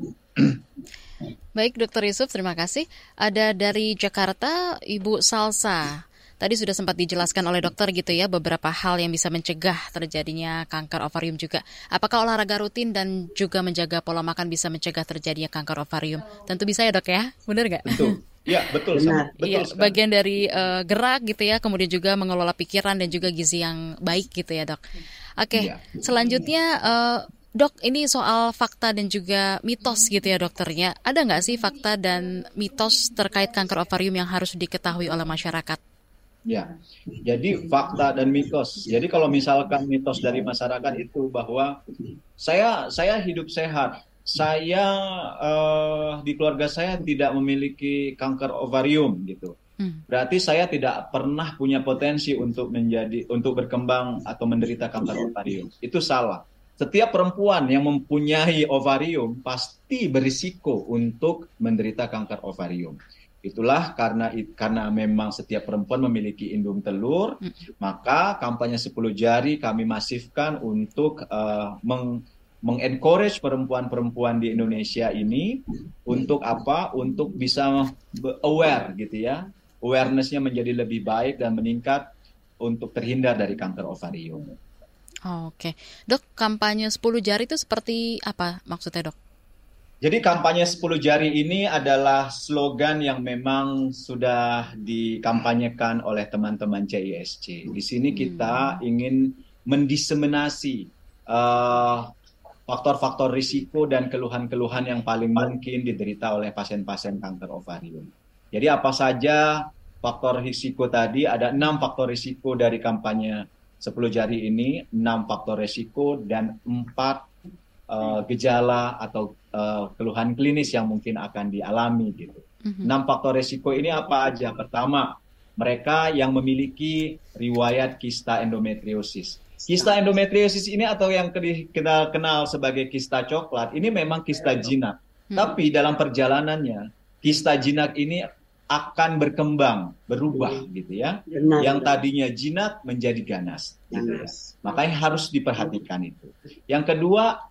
Baik, Dokter Yusuf, terima kasih. Ada dari Jakarta, Ibu Salsa. Tadi sudah sempat dijelaskan oleh dokter gitu ya, beberapa hal yang bisa mencegah terjadinya kanker ovarium juga. Apakah olahraga rutin dan juga menjaga pola makan bisa mencegah terjadinya kanker ovarium? Tentu bisa ya, Dok ya? Benar nggak? Betul. Ya, betul. Benar. Betul Ya, bagian dari uh, gerak gitu ya, kemudian juga mengelola pikiran dan juga gizi yang baik gitu ya, Dok. Oke, ya. Selanjutnya uh, Dok, ini soal fakta dan juga mitos gitu ya dokternya. Ada nggak sih fakta dan mitos terkait kanker ovarium yang harus diketahui oleh masyarakat? Ya, jadi fakta dan mitos. Jadi kalau misalkan mitos dari masyarakat itu bahwa saya saya hidup sehat, saya uh, di keluarga saya tidak memiliki kanker ovarium gitu. Hmm. Berarti saya tidak pernah punya potensi untuk menjadi untuk berkembang atau menderita kanker ovarium. Itu salah. Setiap perempuan yang mempunyai ovarium pasti berisiko untuk menderita kanker ovarium. Itulah karena karena memang setiap perempuan memiliki indung telur, hmm. maka kampanye sepuluh jari kami masifkan untuk uh, meng mengencourage perempuan-perempuan di Indonesia ini untuk apa? Untuk bisa aware gitu ya. Awareness-nya menjadi lebih baik dan meningkat untuk terhindar dari kanker ovarium. Oh, Oke. Okay. Dok, kampanye sepuluh jari itu seperti apa maksudnya, Dok? Jadi kampanye sepuluh jari ini adalah slogan yang memang sudah dikampanyekan oleh teman-teman C I S C. Di sini kita hmm. ingin mendiseminasi uh, faktor-faktor risiko dan keluhan-keluhan yang paling mungkin diderita oleh pasien-pasien kanker ovarium. Jadi apa saja faktor risiko tadi? Ada enam faktor risiko dari kampanye sepuluh jari ini, enam faktor risiko dan empat uh, gejala atau uh, keluhan klinis yang mungkin akan dialami gitu. Mm-hmm. Enam faktor risiko ini apa aja? Pertama, mereka yang memiliki riwayat kista endometriosis. Kista endometriosis ini atau yang kita kenal sebagai kista coklat, ini memang kista jinak. Hmm. Tapi dalam perjalanannya, kista jinak ini akan berkembang, berubah hmm. gitu ya. Benar, yang tadinya jinak menjadi ganas. Gitu ya. Makanya harus diperhatikan itu. Yang kedua,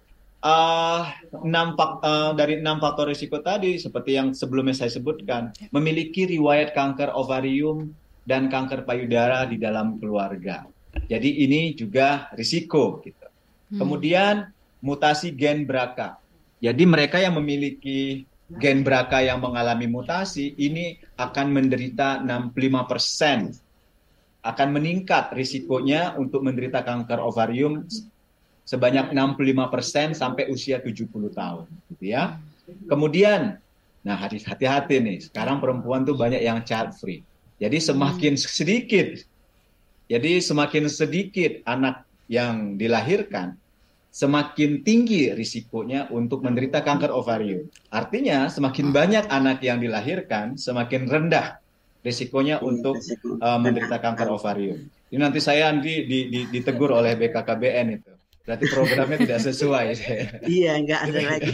uh, enam fak- uh, dari enam faktor risiko tadi, seperti yang sebelumnya saya sebutkan, memiliki riwayat kanker ovarium dan kanker payudara di dalam keluarga. Jadi ini juga risiko gitu. Hmm. Kemudian mutasi gen B R C A. Jadi mereka yang memiliki gen B R C A yang mengalami mutasi ini akan menderita enam puluh lima persen. Akan meningkat risikonya untuk menderita kanker ovarium sebanyak enam puluh lima persen sampai usia tujuh puluh tahun gitu ya. Kemudian nah hati-hati nih, sekarang perempuan tuh banyak yang child free. Jadi semakin hmm. sedikit Jadi semakin sedikit anak yang dilahirkan, semakin tinggi risikonya untuk menderita kanker ovarium. Artinya semakin banyak anak yang dilahirkan, semakin rendah risikonya untuk uh, menderita kanker ovarium. Ini nanti saya nanti di, di, ditegur oleh B K K B N itu. Berarti programnya tidak sesuai. Iya, nggak ada lagi.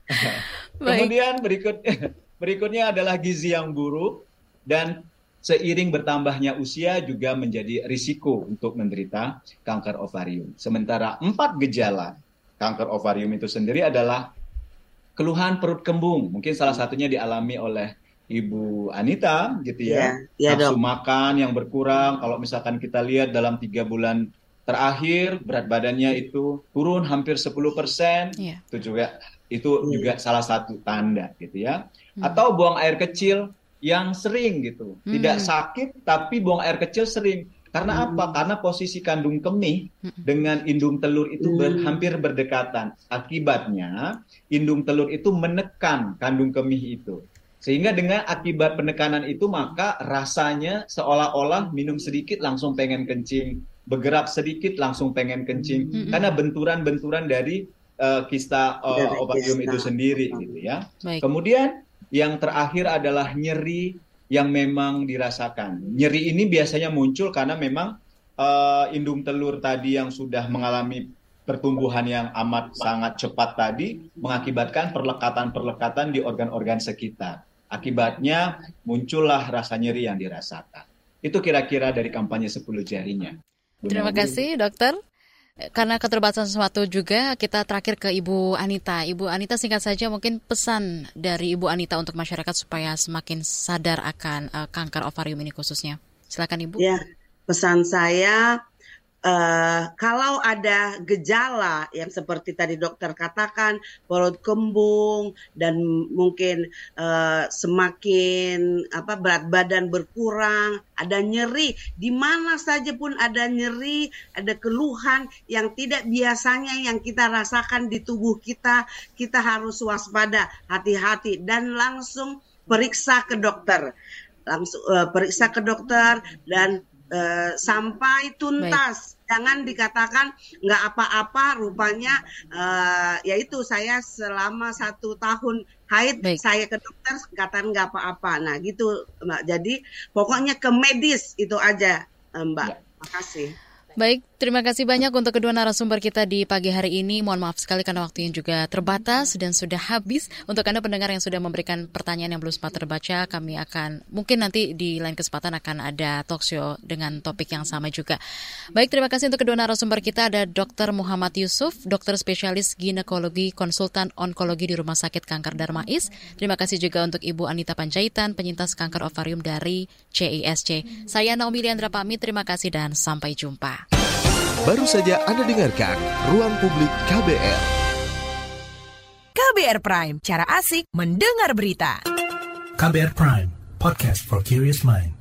Kemudian berikut, berikutnya adalah gizi yang buruk dan seiring bertambahnya usia juga menjadi risiko untuk menderita kanker ovarium. Sementara empat gejala kanker ovarium itu sendiri adalah keluhan perut kembung. Mungkin salah satunya dialami oleh Ibu Anita gitu ya. Ya, ya, nafsu dok. makan yang berkurang. Kalau misalkan kita lihat dalam tiga bulan terakhir berat badannya itu turun hampir sepuluh persen. Ya. Itu juga itu Hmm. juga salah satu tanda gitu ya. Hmm. Atau buang air kecil yang sering gitu. Tidak Hmm. sakit tapi buang air kecil sering. Karena Hmm. apa? Karena posisi kandung kemih dengan indung telur itu ber, Hmm. hampir berdekatan. Akibatnya indung telur itu menekan kandung kemih itu. Sehingga dengan akibat penekanan itu maka rasanya seolah-olah minum sedikit langsung pengen kencing, bergerak sedikit langsung pengen kencing, Mm-mm. karena benturan-benturan dari uh, kista uh, Dari ovarium kista. itu sendiri gitu ya. Baik. Kemudian yang terakhir adalah nyeri yang memang dirasakan. Nyeri ini biasanya muncul karena memang uh, indung telur tadi yang sudah mengalami pertumbuhan yang amat sangat cepat tadi mengakibatkan perlekatan-perlekatan di organ-organ sekitar. Akibatnya muncullah rasa nyeri yang dirasakan. Itu kira-kira dari kampanye sepuluh jarinya. Terima kasih dokter. Karena keterbatasan sesuatu juga, kita terakhir ke Ibu Anita. Ibu Anita, singkat saja mungkin pesan dari Ibu Anita untuk masyarakat supaya semakin sadar akan uh, kanker ovarium ini khususnya. Silakan Ibu. Ya, pesan saya Uh, kalau ada gejala yang seperti tadi dokter katakan, perut kembung dan mungkin uh, semakin apa berat badan berkurang, ada nyeri, di mana saja pun ada nyeri, ada keluhan yang tidak biasanya yang kita rasakan di tubuh kita, kita harus waspada, hati-hati dan langsung periksa ke dokter, langsung uh, periksa ke dokter dan Uh, sampai tuntas. Baik. Jangan dikatakan nggak apa-apa, rupanya uh, yaitu saya selama satu tahun haid, Baik. saya ke dokter katakan nggak apa-apa. Nah gitu Mbak. Jadi pokoknya ke medis itu aja Mbak. Ya. Makasih. Baik, terima kasih banyak untuk kedua narasumber kita di pagi hari ini. Mohon maaf sekali karena waktu yang juga terbatas dan sudah habis. Untuk Anda pendengar yang sudah memberikan pertanyaan yang belum sempat terbaca, kami akan, mungkin nanti di lain kesempatan akan ada talk show dengan topik yang sama juga. Baik, terima kasih untuk kedua narasumber kita. Ada Dokter Muhammad Yusuf, dokter spesialis ginekologi, konsultan onkologi di Rumah Sakit Kanker Darmais. Terima kasih juga untuk Ibu Anita Panjaitan, penyintas kanker ovarium dari C I S C. Saya Naomi Liandra pamit, terima kasih dan sampai jumpa. Baru saja Anda dengarkan Ruang Publik K B R. K B R Prime, cara asik mendengar berita. K B R Prime, podcast for curious mind.